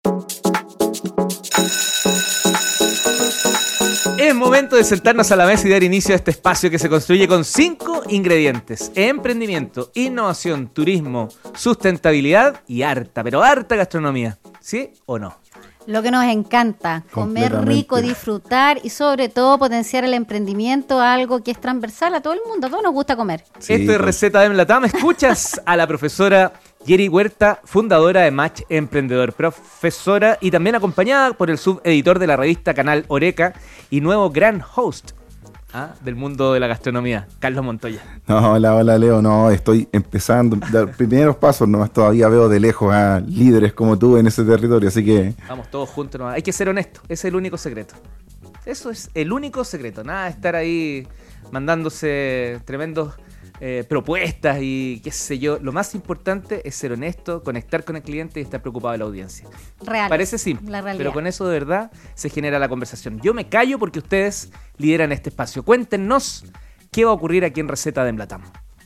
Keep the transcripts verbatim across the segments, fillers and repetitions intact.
Es momento de sentarnos a la mesa y dar inicio a este espacio que se construye con cinco ingredientes: emprendimiento, innovación, turismo, sustentabilidad y harta, pero harta gastronomía. ¿Sí o no? Lo que nos encanta, comer rico, disfrutar y sobre todo potenciar el emprendimiento, algo que es transversal a todo el mundo, a todos nos gusta comer. Sí, Esto es Receta de Mlatam. Escuchas a la profesora Yeri Huerta, fundadora de Match Emprendedor, profesora y también acompañada por el subeditor de la revista Canal Oreca y nuevo gran host ¿ah? del mundo de la gastronomía, Carlos Montoya. No, hola, hola Leo, no, estoy empezando, dar primeros pasos, nomás todavía veo de lejos a líderes como tú en ese territorio, así que... Vamos todos juntos, nomás. Hay que ser honestos, ese es el único secreto. Eso es el único secreto, nada de estar ahí mandándose tremendos... Eh, propuestas y qué sé yo. Lo más importante es ser honesto, conectar con el cliente y estar preocupado de la audiencia. Real. Parece simple, pero con eso de verdad se genera la conversación. Yo me callo porque ustedes lideran este espacio. Cuéntenos qué va a ocurrir aquí en Receta de Mlatam.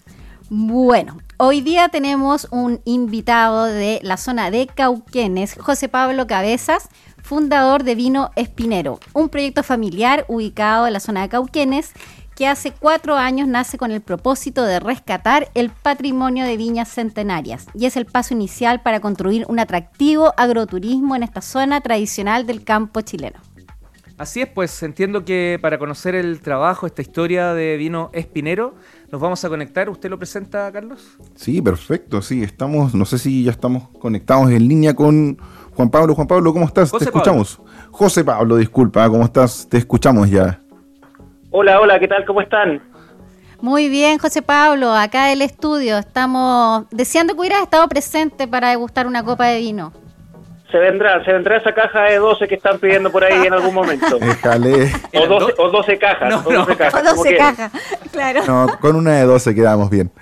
Bueno, hoy día tenemos un invitado de la zona de Cauquenes, José Pablo Cabezas, fundador de Vino Espinero, un proyecto familiar ubicado en la zona de Cauquenes, que hace cuatro años nace con el propósito de rescatar el patrimonio de viñas centenarias y es el paso inicial para construir un atractivo agroturismo en esta zona tradicional del campo chileno. Así es, pues entiendo que para conocer el trabajo, esta historia de Vino Espinero, nos vamos a conectar. ¿Usted lo presenta, Carlos? Sí, perfecto, sí, estamos, no sé si ya estamos conectados en línea con Juan Pablo. Juan Pablo, ¿cómo estás? José Te escuchamos. Pablo. José Pablo, disculpa, ¿cómo estás? Te escuchamos ya. Hola, hola, ¿qué tal? ¿Cómo están? Muy bien, José Pablo, acá del estudio. Estamos deseando que hubieras estado presente para degustar una copa de vino. Se vendrá, se vendrá esa caja de doce que están pidiendo por ahí en algún momento. Déjale. O doce, o doce cajas. No, o doce no. cajas, O doce cajas, claro. No, con una de doce quedamos bien.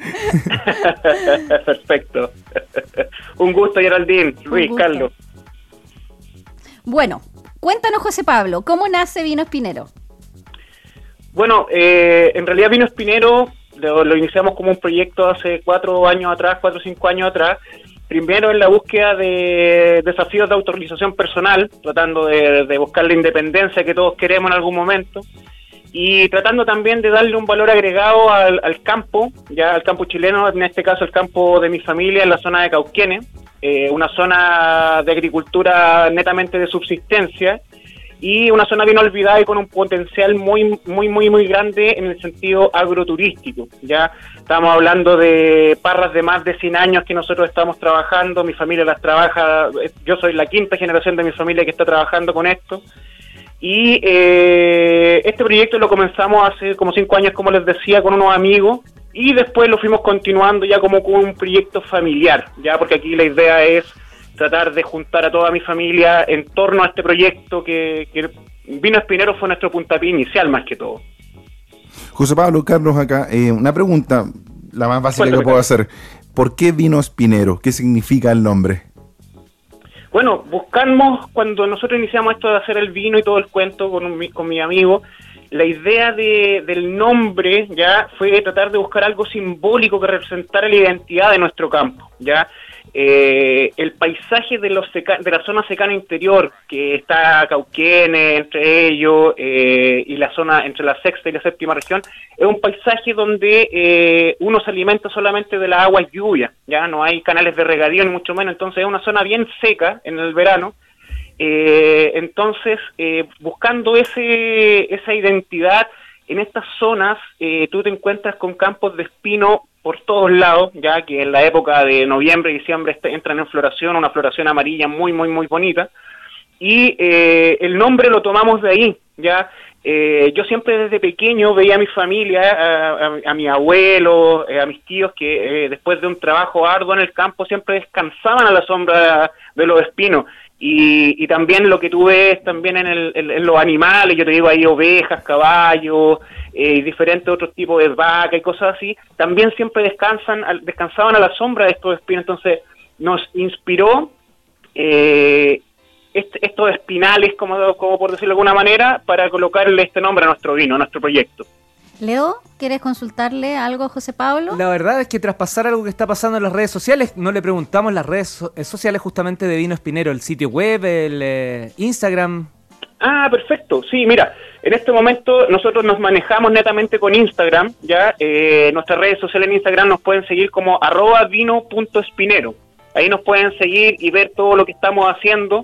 Perfecto. Un gusto, Geraldine, Luis, gusto. Carlos. Bueno, cuéntanos, José Pablo, ¿cómo nace Vino Espinero? Bueno, eh, en realidad Vino Espinero lo, lo iniciamos como un proyecto hace cuatro años atrás, cuatro o cinco años atrás. Primero en la búsqueda de desafíos de autorrealización personal, tratando de, de buscar la independencia que todos queremos en algún momento, y tratando también de darle un valor agregado al, al campo, ya al campo chileno, en este caso el campo de mi familia en la zona de Cauquenes, eh, una zona de agricultura netamente de subsistencia, y una zona bien olvidada y con un potencial muy muy muy muy grande en el sentido agroturístico. Ya estamos hablando de parras de más de cien años que nosotros estamos trabajando, mi familia las trabaja, yo soy la quinta generación de mi familia que está trabajando con esto, y eh, este proyecto lo comenzamos hace como cinco años, como les decía, con unos amigos, y después lo fuimos continuando ya como con un proyecto familiar, ya porque aquí la idea es tratar de juntar a toda mi familia en torno a este proyecto que, que Vino Espinero fue nuestro puntapié inicial más que todo. José Pablo, Carlos acá, eh, una pregunta, la más básica Cuéntame, que puedo Carlos. hacer. ¿Por qué Vino Espinero? ¿Qué significa el nombre? Bueno, buscamos, cuando nosotros iniciamos esto de hacer el vino y todo el cuento con, un, con mi amigo, la idea de, del nombre ya fue tratar de buscar algo simbólico que representara la identidad de nuestro campo, ya. Eh, el paisaje de los seca, de la zona secana interior, que está Cauquenes entre ellos, eh, y la zona entre la sexta y la séptima región, es un paisaje donde eh, uno se alimenta solamente de las aguas lluvias, ya no hay canales de regadío ni mucho menos, entonces es una zona bien seca en el verano. Eh, entonces, eh, buscando ese esa identidad en estas zonas, eh, tú te encuentras con campos de espino por todos lados, ya que en la época de noviembre y diciembre est- entran en floración, una floración amarilla muy, muy, muy bonita, y eh, el nombre lo tomamos de ahí, ya. Eh, yo siempre desde pequeño veía a mi familia, a, a, a mi abuelo, eh, a mis tíos, que eh, después de un trabajo arduo en el campo siempre descansaban a la sombra de los espinos. Y, y también lo que tú ves también en, el, en, en los animales, yo te digo ahí ovejas, caballos, eh, y diferentes otros tipos de vaca y cosas así, también siempre descansan, al- descansaban a la sombra de estos espinos. Entonces nos inspiró eh, este, estos espinales, como, como por decirlo de alguna manera, para colocarle este nombre a nuestro vino, a nuestro proyecto. Leo, ¿quieres consultarle algo a José Pablo? La verdad es que tras pasar algo que está pasando en las redes sociales, no le preguntamos las redes so- sociales justamente de Vino Espinero, el sitio web, el eh, Instagram. Ah, perfecto. Sí, mira, en este momento nosotros nos manejamos netamente con Instagram, ¿ya? Eh, nuestras redes sociales en Instagram nos pueden seguir como arroba vino.espinero. Ahí nos pueden seguir y ver todo lo que estamos haciendo.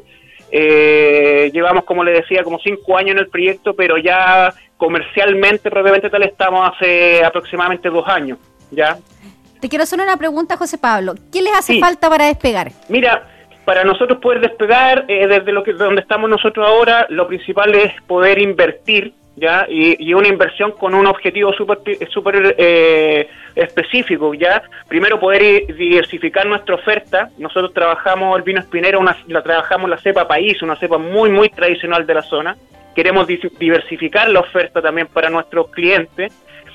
Eh, llevamos, como les decía, como cinco años en el proyecto, pero ya comercialmente, propiamente tal, estamos hace aproximadamente dos años, ¿ya? Te quiero hacer una pregunta, José Pablo. ¿Qué les hace Sí. falta para despegar? Mira, para nosotros poder despegar eh, desde lo que donde estamos nosotros ahora, lo principal es poder invertir, ¿ya? Y, y una inversión con un objetivo súper súper eh, específico, ¿ya? Primero, poder i- diversificar nuestra oferta. Nosotros trabajamos el vino espinero, una, la trabajamos la cepa país, una cepa muy, muy tradicional de la zona. Queremos di- diversificar la oferta también para nuestros clientes.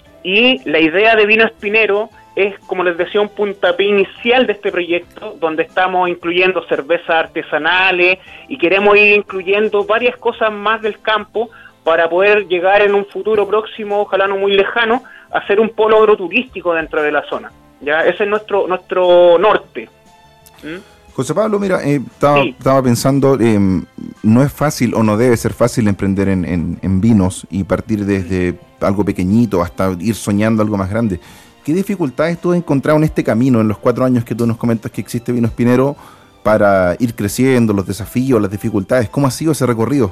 Y la idea de Vino Espinero es, como les decía, un puntapié inicial de este proyecto, donde estamos incluyendo cervezas artesanales y queremos ir incluyendo varias cosas más del campo para poder llegar en un futuro próximo, ojalá no muy lejano, a ser un polo agroturístico dentro de la zona. Ya, ese es nuestro nuestro norte. ¿Mm? José Pablo, mira, eh, estaba, Sí. estaba pensando, eh, no es fácil o no debe ser fácil emprender en, en- en vinos y partir desde algo pequeñito hasta ir soñando algo más grande. ¿Qué dificultades tú has encontrado en este camino, en los cuatro años que tú nos comentas que existe Vino Espinero, para ir creciendo, los desafíos, las dificultades? ¿Cómo ha sido ese recorrido?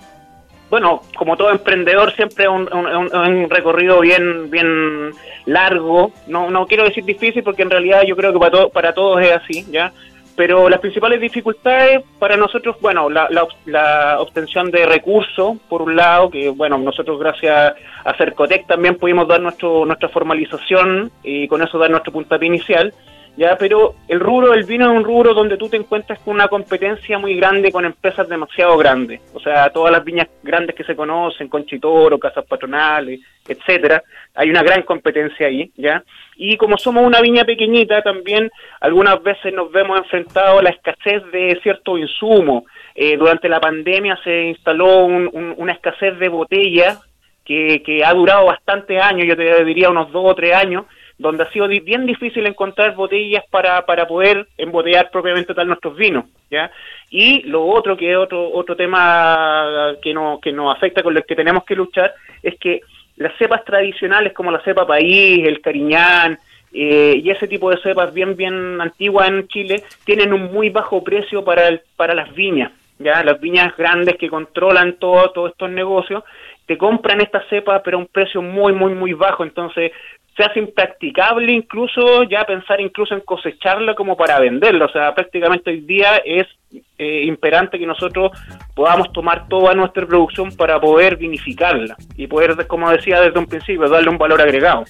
Bueno, como todo emprendedor, siempre es un, un- un- un recorrido bien bien largo. No no quiero decir difícil, porque en realidad yo creo que para, to- para todos es así, ¿ya? Pero las principales dificultades para nosotros, bueno, la, la, la obtención de recursos, por un lado, que bueno, nosotros gracias a Cercotec también pudimos dar nuestro nuestra formalización y con eso dar nuestro puntapié inicial, ya, pero el rubro del vino es un rubro donde tú te encuentras con una competencia muy grande con empresas demasiado grandes, o sea, todas las viñas grandes que se conocen, Conchitoro, Casas Patronales, etcétera, hay una gran competencia ahí, ya, y como somos una viña pequeñita también algunas veces nos vemos enfrentados a la escasez de ciertos insumos. Eh, durante la pandemia se instaló un, un, una escasez de botellas que, que ha durado bastantes años, yo te diría unos dos o tres años, donde ha sido di- bien difícil encontrar botellas para, para poder embotellar propiamente tal nuestros vinos, ¿ya? Y lo otro, que es otro otro tema que, no, que nos afecta, con el que tenemos que luchar, es que las cepas tradicionales como la cepa país, el cariñán, eh, y ese tipo de cepas bien bien antiguas en Chile, tienen un muy bajo precio para, el, para las viñas, ¿ya? Las viñas grandes que controlan todo, todos estos negocios, te compran esta cepa pero a un precio muy, muy, muy bajo, entonces se hace impracticable incluso ya pensar incluso en cosecharla como para venderla. O sea, prácticamente hoy día es eh, imperante que nosotros podamos tomar toda nuestra producción para poder vinificarla y poder, como decía desde un principio, darle un valor agregado.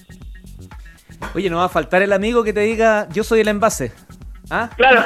Oye, no va a faltar el amigo que te diga, yo soy el envase. ¿Ah? Claro.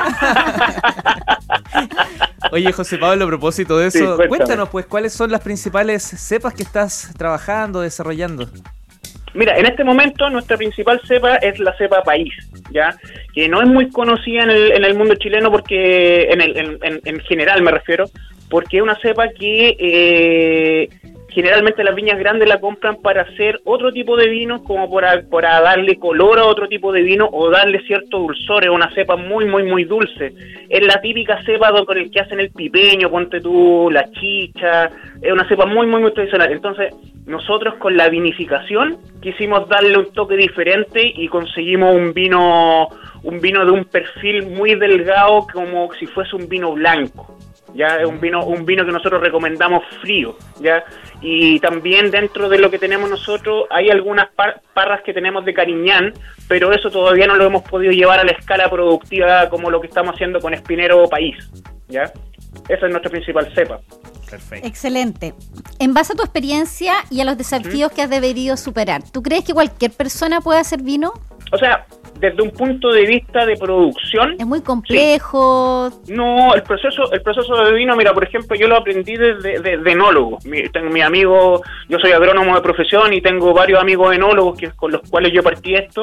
Oye, José Pablo, a propósito de Sí, eso, cuéntame. cuéntanos pues, ¿cuáles son las principales cepas que estás trabajando, desarrollando? Mira, en este momento nuestra principal cepa es la cepa país, ¿ya? Que no es muy conocida en el, en el mundo chileno porque, en, el, en, en, en general me refiero, porque es una cepa que eh, generalmente las viñas grandes la compran para hacer otro tipo de vinos, como para, para darle color a otro tipo de vino o darle cierto dulzor. Es una cepa muy, muy, muy dulce. Es la típica cepa con el que hacen el pipeño, ponte tú, la chicha. Es una cepa muy, muy, muy tradicional. Entonces, nosotros con la vinificación quisimos darle un toque diferente y conseguimos un vino, un vino de un perfil muy delgado, como si fuese un vino blanco. Ya es un vino, un vino que nosotros recomendamos frío, ya, y también dentro de lo que tenemos nosotros hay algunas par- parras que tenemos de Cariñán, pero eso todavía no lo hemos podido llevar a la escala productiva como lo que estamos haciendo con Espinero País, ya. Esa es nuestra principal cepa. Perfecto. Excelente. En base a tu experiencia y a los desafíos que has debido superar, ¿tú crees que cualquier persona puede hacer vino? O sea, desde un punto de vista de producción... Es muy complejo. Sí. No, el proceso el proceso de vino, mira, por ejemplo, yo lo aprendí desde de, de enólogo. Mi, tengo mi amigo, yo soy agrónomo de profesión y tengo varios amigos enólogos que, con los cuales yo partí esto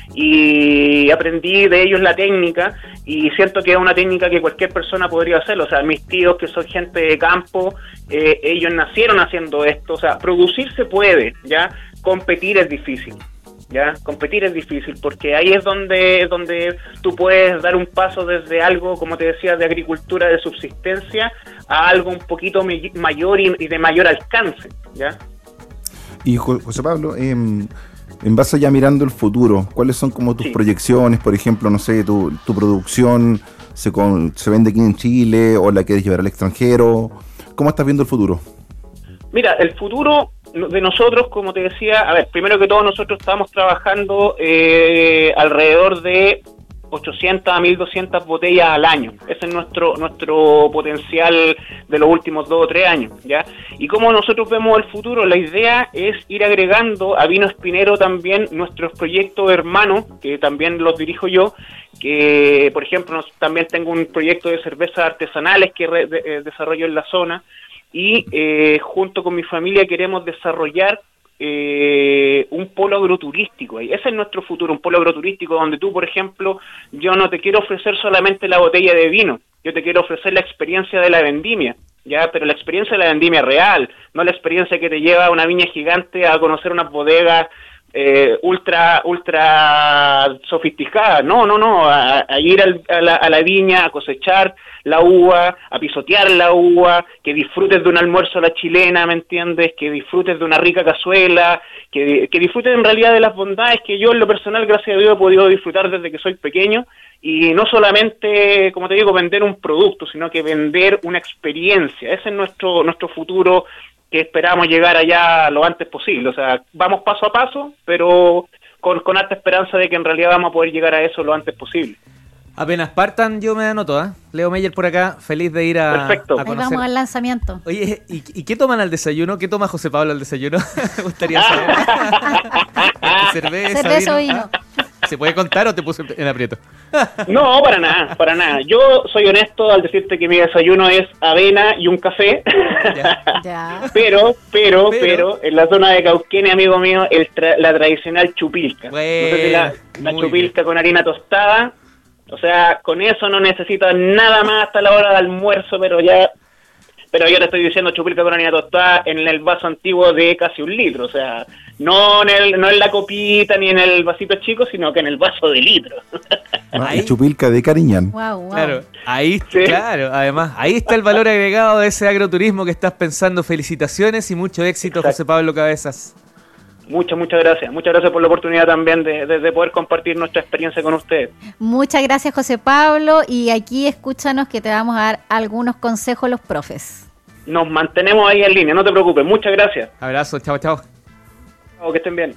y aprendí de ellos la técnica y siento que es una técnica que cualquier persona podría hacerlo. O sea, mis tíos que son gente de campo, eh, ellos nacieron haciendo esto. O sea, producir se puede, ¿ya? Competir es difícil. Ya, competir es difícil porque ahí es donde donde tú puedes dar un paso desde algo, como te decía, de agricultura de subsistencia a algo un poquito me- mayor y, y de mayor alcance, ¿ya? Y Jo- José Pablo, eh, en base ya mirando el futuro, ¿cuáles son como tus Sí. proyecciones? Por ejemplo, no sé, tu, tu producción se, con, se vende aquí en Chile o la quieres llevar al extranjero. ¿Cómo estás viendo el futuro? Mira, el futuro de nosotros, como te decía, a ver, primero que todo nosotros estamos trabajando eh, alrededor de ochocientas a mil doscientas botellas al año. Ese es nuestro nuestro potencial de los últimos dos o tres años, ¿ya? Y como nosotros vemos el futuro, la idea es ir agregando a Vino Espinero también nuestros proyectos hermanos, que también los dirijo yo, que por ejemplo nos, también tengo un proyecto de cervezas artesanales que re, de, eh, desarrollo en la zona, y eh, junto con mi familia queremos desarrollar eh, un polo agroturístico. Ese es nuestro futuro, un polo agroturístico donde tú, por ejemplo, yo no te quiero ofrecer solamente la botella de vino, yo te quiero ofrecer la experiencia de la vendimia, ya, pero la experiencia de la vendimia real, no la experiencia que te lleva a una viña gigante a conocer unas bodegas eh, ultra ultra sofisticadas. No, no, no, a, a ir al, a, la, a la viña a cosechar la uva, a pisotear la uva, que disfrutes de un almuerzo a la chilena, ¿me entiendes? Que disfrutes de una rica cazuela, que, que disfrutes en realidad de las bondades que yo en lo personal, gracias a Dios, he podido disfrutar desde que soy pequeño, y no solamente, como te digo, vender un producto, sino que vender una experiencia. Ese es nuestro nuestro futuro, que esperamos llegar allá lo antes posible. O sea, vamos paso a paso, pero con, con alta esperanza de que en realidad vamos a poder llegar a eso lo antes posible. Apenas partan, yo me anoto, ¿eh? Leo Meyer por acá, feliz de ir a, Perfecto. a Ahí conocer. vamos al lanzamiento. Oye, ¿y, ¿y qué toman al desayuno? ¿Qué toma José Pablo al desayuno? Me gustaría saber. Cerveza, Cerveza o vino. ¿Se puede contar o te puse en aprieto? No, para nada, para nada. Yo soy honesto al decirte que mi desayuno es avena y un café. Ya. Ya. Pero, pero, Pero. pero, en la zona de Cauquenes, amigo mío, el tra- la tradicional chupilca. Bueno, no sé si la, la muy chupilca con harina tostada. O sea, con eso no necesitas nada más hasta la hora de almuerzo, pero ya... Pero yo te estoy diciendo chupilca con harina tostada en el vaso antiguo de casi un litro. O sea, no en, el, no en la copita ni en el vasito chico, sino que en el vaso de litro. ¿No? Ahí. Y Chupilca de Cariñán. Wow, wow. Claro, ahí, Sí. claro, además, ahí está el valor agregado de ese agroturismo que estás pensando. Felicitaciones y mucho éxito, Exacto. José Pablo Cabezas. Muchas, muchas gracias. Muchas gracias por la oportunidad también de, de, de poder compartir nuestra experiencia con ustedes. Muchas gracias, José Pablo. Y aquí escúchanos que te vamos a dar algunos consejos los profes. Nos mantenemos ahí en línea, no te preocupes. Muchas gracias. Abrazo, chao, chao. Chao, que estén bien.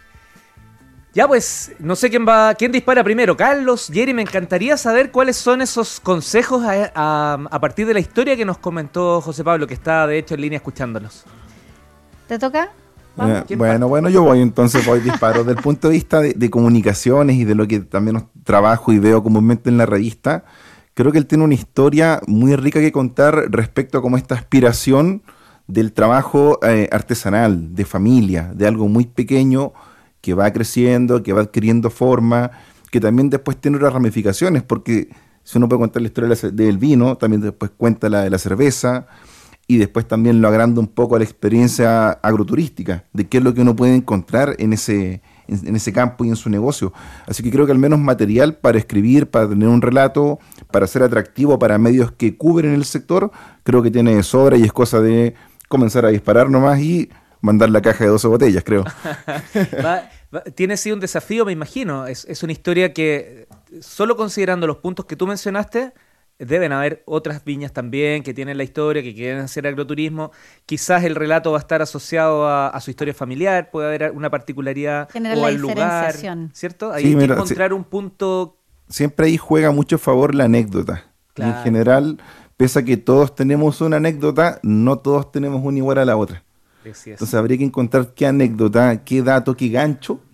Ya pues, no sé quién va, quién dispara primero, Carlos, Jerry, me encantaría saber cuáles son esos consejos a, a- a partir de la historia que nos comentó José Pablo, que está de hecho en línea escuchándonos. ¿Te toca? Vamos, Eh, ¿quién bueno, bueno, yo voy entonces, voy disparo. Desde el punto de vista de, de comunicaciones y de lo que también trabajo y veo comúnmente en la revista, creo que él tiene una historia muy rica que contar respecto a como esta aspiración del trabajo eh, artesanal, de familia, de algo muy pequeño que va creciendo, que va adquiriendo forma, que también después tiene otras ramificaciones, porque si uno puede contar la historia de la ce- del vino, también después cuenta la de la cerveza, y después también lo agranda un poco a la experiencia agroturística, de qué es lo que uno puede encontrar en ese, en, en ese campo y en su negocio. Así que creo que al menos material para escribir, para tener un relato, para ser atractivo para medios que cubren el sector, creo que tiene de sobra y es cosa de comenzar a disparar nomás y mandar la caja de doce botellas, creo. Va- va- tiene sido un desafío, me imagino. Es, es una historia que, solo considerando los puntos que tú mencionaste, deben haber otras viñas también que tienen la historia, que quieren hacer agroturismo. Quizás el relato va a estar asociado a, a su historia familiar, puede haber una particularidad Generar o la al lugar, diferenciación. ¿cierto? Ahí Sí, hay que mira, encontrar un punto. Siempre ahí juega mucho a favor la anécdota. Y Claro. en general, pese a que todos tenemos una anécdota, no todos tenemos una igual a la otra. Así es. Entonces habría que encontrar qué anécdota, qué dato, qué gancho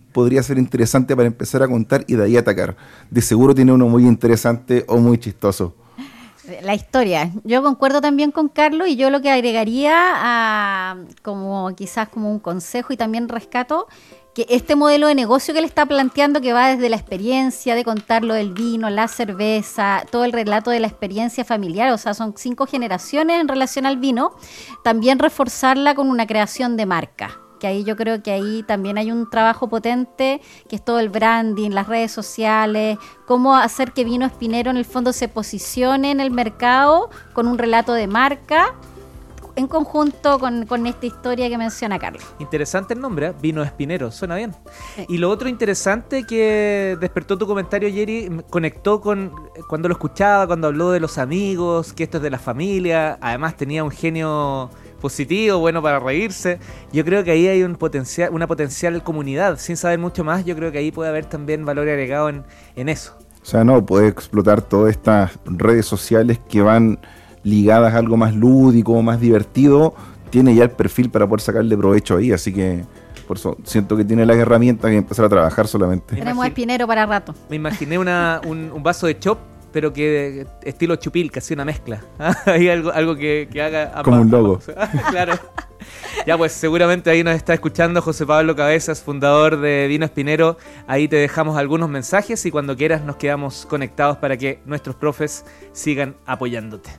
podría ser interesante para empezar a contar y de ahí atacar. De seguro tiene uno muy interesante o muy chistoso. La historia. Yo concuerdo también con Carlos y yo lo que agregaría a, como quizás como un consejo y también rescato, que este modelo de negocio que él está planteando, que va desde la experiencia de contar lo del vino, la cerveza, todo el relato de la experiencia familiar, o sea, son cinco generaciones en relación al vino, también reforzarla con una creación de marca, que ahí yo creo que ahí también hay un trabajo potente, que es todo el branding, las redes sociales, cómo hacer que Vino Espinero en el fondo se posicione en el mercado con un relato de marca, en conjunto con, con esta historia que menciona Carlos. Interesante el nombre, ¿eh? Vino Espinero, suena bien. Sí. Y lo otro interesante que despertó tu comentario, Jerry, me conectó con cuando lo escuchaba, cuando habló de los amigos, que esto es de la familia, además tenía un genio positivo, bueno para reírse. Yo creo que ahí hay un potencial, una potencial comunidad, sin saber mucho más, yo creo que ahí puede haber también valor agregado en, en eso. O sea, no, puede explotar todas estas redes sociales que van ligadas a algo más lúdico, más divertido, tiene ya el perfil para poder sacarle provecho ahí, así que por eso siento que tiene las herramientas que empezar a trabajar solamente. Tenemos Espinero para rato. Me imaginé una, un, un vaso de chop, pero que estilo chupil, casi una mezcla. Hay algo, algo que, que haga ambas, como un logo. Claro. Ya pues seguramente ahí nos está escuchando José Pablo Cabezas, fundador de Vino Espinero. Ahí te dejamos algunos mensajes y cuando quieras nos quedamos conectados para que nuestros profes sigan apoyándote.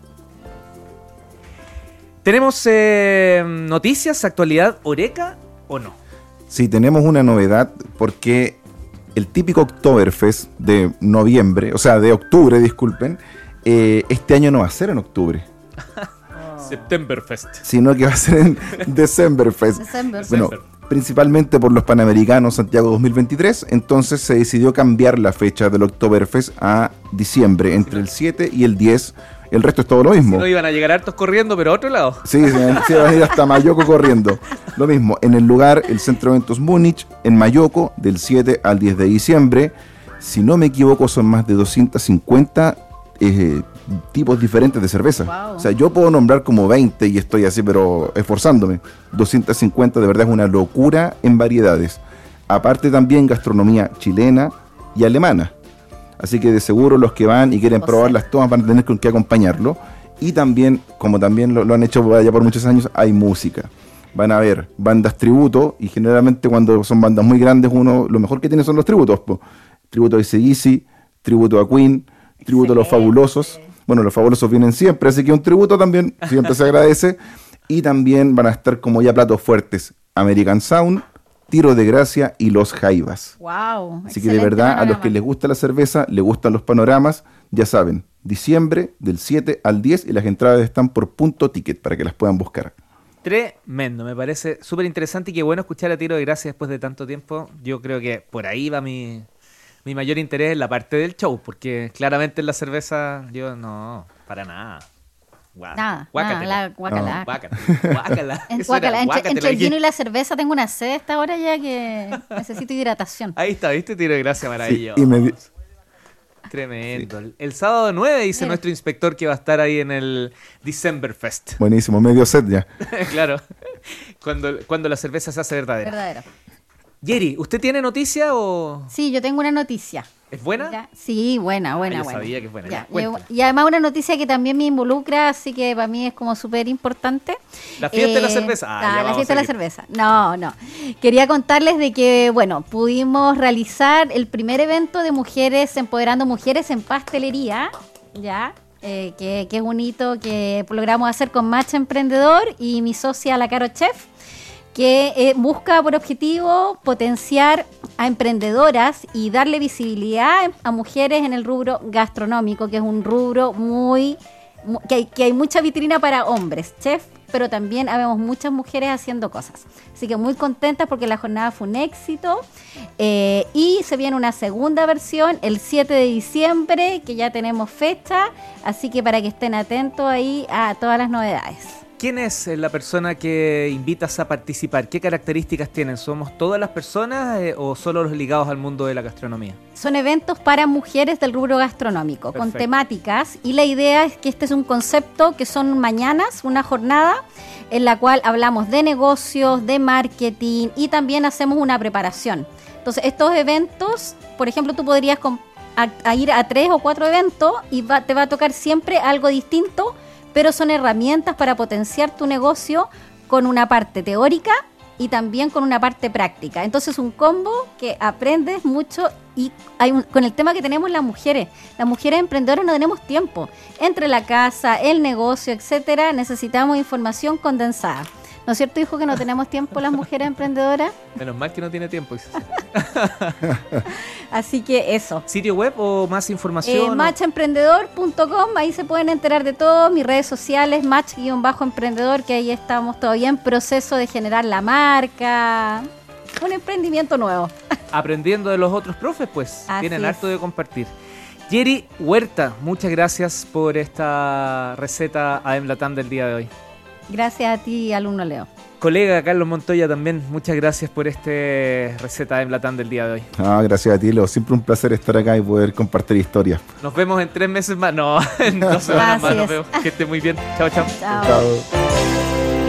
¿Tenemos eh, noticias, actualidad, Oreca o no? Sí, tenemos una novedad porque el típico Oktoberfest de noviembre, o sea, de octubre, disculpen, eh, este año no va a ser en octubre. Septemberfest. Sino que va a ser en Decemberfest. December. Bueno, principalmente por los Panamericanos Santiago dos mil veintitrés, entonces se decidió cambiar la fecha del Oktoberfest a diciembre, entre el siete y el diez. El resto es todo lo mismo. Si no iban a llegar hartos corriendo, pero a otro lado. Sí, se van a ir hasta Mayoco corriendo. Lo mismo, en el lugar, el Centro de Eventos Múnich, en Mayoco, del siete al diez de diciembre. Si no me equivoco, son más de doscientos cincuenta eh, tipos diferentes de cerveza. Wow. O sea, yo puedo nombrar como veinte y estoy así, pero esforzándome. doscientos cincuenta de verdad es una locura en variedades. Aparte también gastronomía chilena y alemana. Así que de seguro los que van y quieren O probarlas sea. todas van a tener con qué acompañarlo. Y también, como también lo, lo han hecho ya por muchos años, hay música. Van a haber bandas tributo, y generalmente cuando son bandas muy grandes, uno lo mejor que tiene son los tributos. Po. Tributo a A C D C, tributo a Queen, tributo a Los Excelente. Fabulosos. Bueno, Los Fabulosos vienen siempre, así que un tributo también siempre se agradece. Y también van a estar como ya platos fuertes, American Sound, Tiro de Gracia y Los Jaivas. Wow. Así que de verdad, a los que les gusta la cerveza, les gustan los panoramas, ya saben, diciembre del siete al diez y las entradas están por punto ticket para que las puedan buscar. Tremendo, me parece súper interesante y qué bueno escuchar a Tiro de Gracia después de tanto tiempo. Yo creo que por ahí va mi, mi mayor interés en la parte del show, porque claramente en la cerveza yo no, para nada. Guá- Nada, guácatela. nada, la guácala. No, guácatela, guácala. En- Eso era, guácala. Entre, guácatela entre el aquí. vino y la cerveza tengo una sed a esta hora ya que necesito hidratación. Ahí está, ¿viste? Tiro de Gracia Sí, maravilloso. y me di- Tremendo. El- El sábado nueve dice Mira. nuestro inspector que va a estar ahí en el Decemberfest. buenísimo, medio set ya. Claro. Cuando, cuando la cerveza se hace verdadera. Verdadero. Jerry, ¿usted tiene noticia o Sí, yo tengo una noticia. es buena? Ya. Sí, buena, buena, Ah, yo buena. sabía que es buena. Ya, Ya, cuéntala. y, y además una noticia que también me involucra, así que para mí es como súper importante. La fiesta de la Eh, cerveza. Ah, ah, ya la vamos fiesta a de la seguir. cerveza. No, no. Quería contarles de que, bueno, pudimos realizar el primer evento de mujeres empoderando mujeres en pastelería, ya. Eh, que, que es un hito que logramos hacer con Match Emprendedor y mi socia La Caro Chef, que eh, busca por objetivo potenciar a emprendedoras y darle visibilidad a mujeres en el rubro gastronómico, que es un rubro muy, mu- que hay, que hay mucha vitrina para hombres, chef, pero también habemos muchas mujeres haciendo cosas. Así que muy contentas porque la jornada fue un éxito eh, y se viene una segunda versión el siete de diciembre, que ya tenemos fecha, así que para que estén atentos ahí a todas las novedades. ¿Quién es la persona que invitas a participar? ¿Qué características tienen? ¿Somos todas las personas eh, o solo los ligados al mundo de la gastronomía? Son eventos para mujeres del rubro gastronómico, con Perfecto. temáticas, y la idea es que este es un concepto que son mañanas, una jornada en la cual hablamos de negocios, de marketing y también hacemos una preparación. Entonces, estos eventos, por ejemplo, tú podrías a, a ir a tres o cuatro eventos y va, te va a tocar siempre algo distinto, pero son herramientas para potenciar tu negocio con una parte teórica y también con una parte práctica. Entonces, un combo que aprendes mucho y hay un, con el tema que tenemos las mujeres. Las mujeres emprendedoras no tenemos tiempo. Entre la casa, el negocio, etcétera, necesitamos información condensada. ¿No es cierto, hijo, que no tenemos tiempo las mujeres emprendedoras? Menos mal que no tiene tiempo. Así que eso. ¿Sitio web o más información? Eh, o... match emprendedor punto com, ahí se pueden enterar de todo. Mis redes sociales, match-emprendedor, que ahí estamos todavía en proceso de generar la marca. Un emprendimiento nuevo. Aprendiendo de los otros profes, pues. Así Tienen es. harto de compartir. Yeri Huerta, muchas gracias por esta receta A D E M Latam del día de hoy. Gracias a ti, alumno Leo. Colega Carlos Montoya también, muchas gracias por este receta A D E M Latam del día de hoy. Ah, gracias a ti, Leo. Siempre un placer estar acá y poder compartir historias. Nos vemos en tres meses más. No, en dos semanas Así más. Nos es. vemos. Que esté muy bien. Chao, chao. Chao. Chao.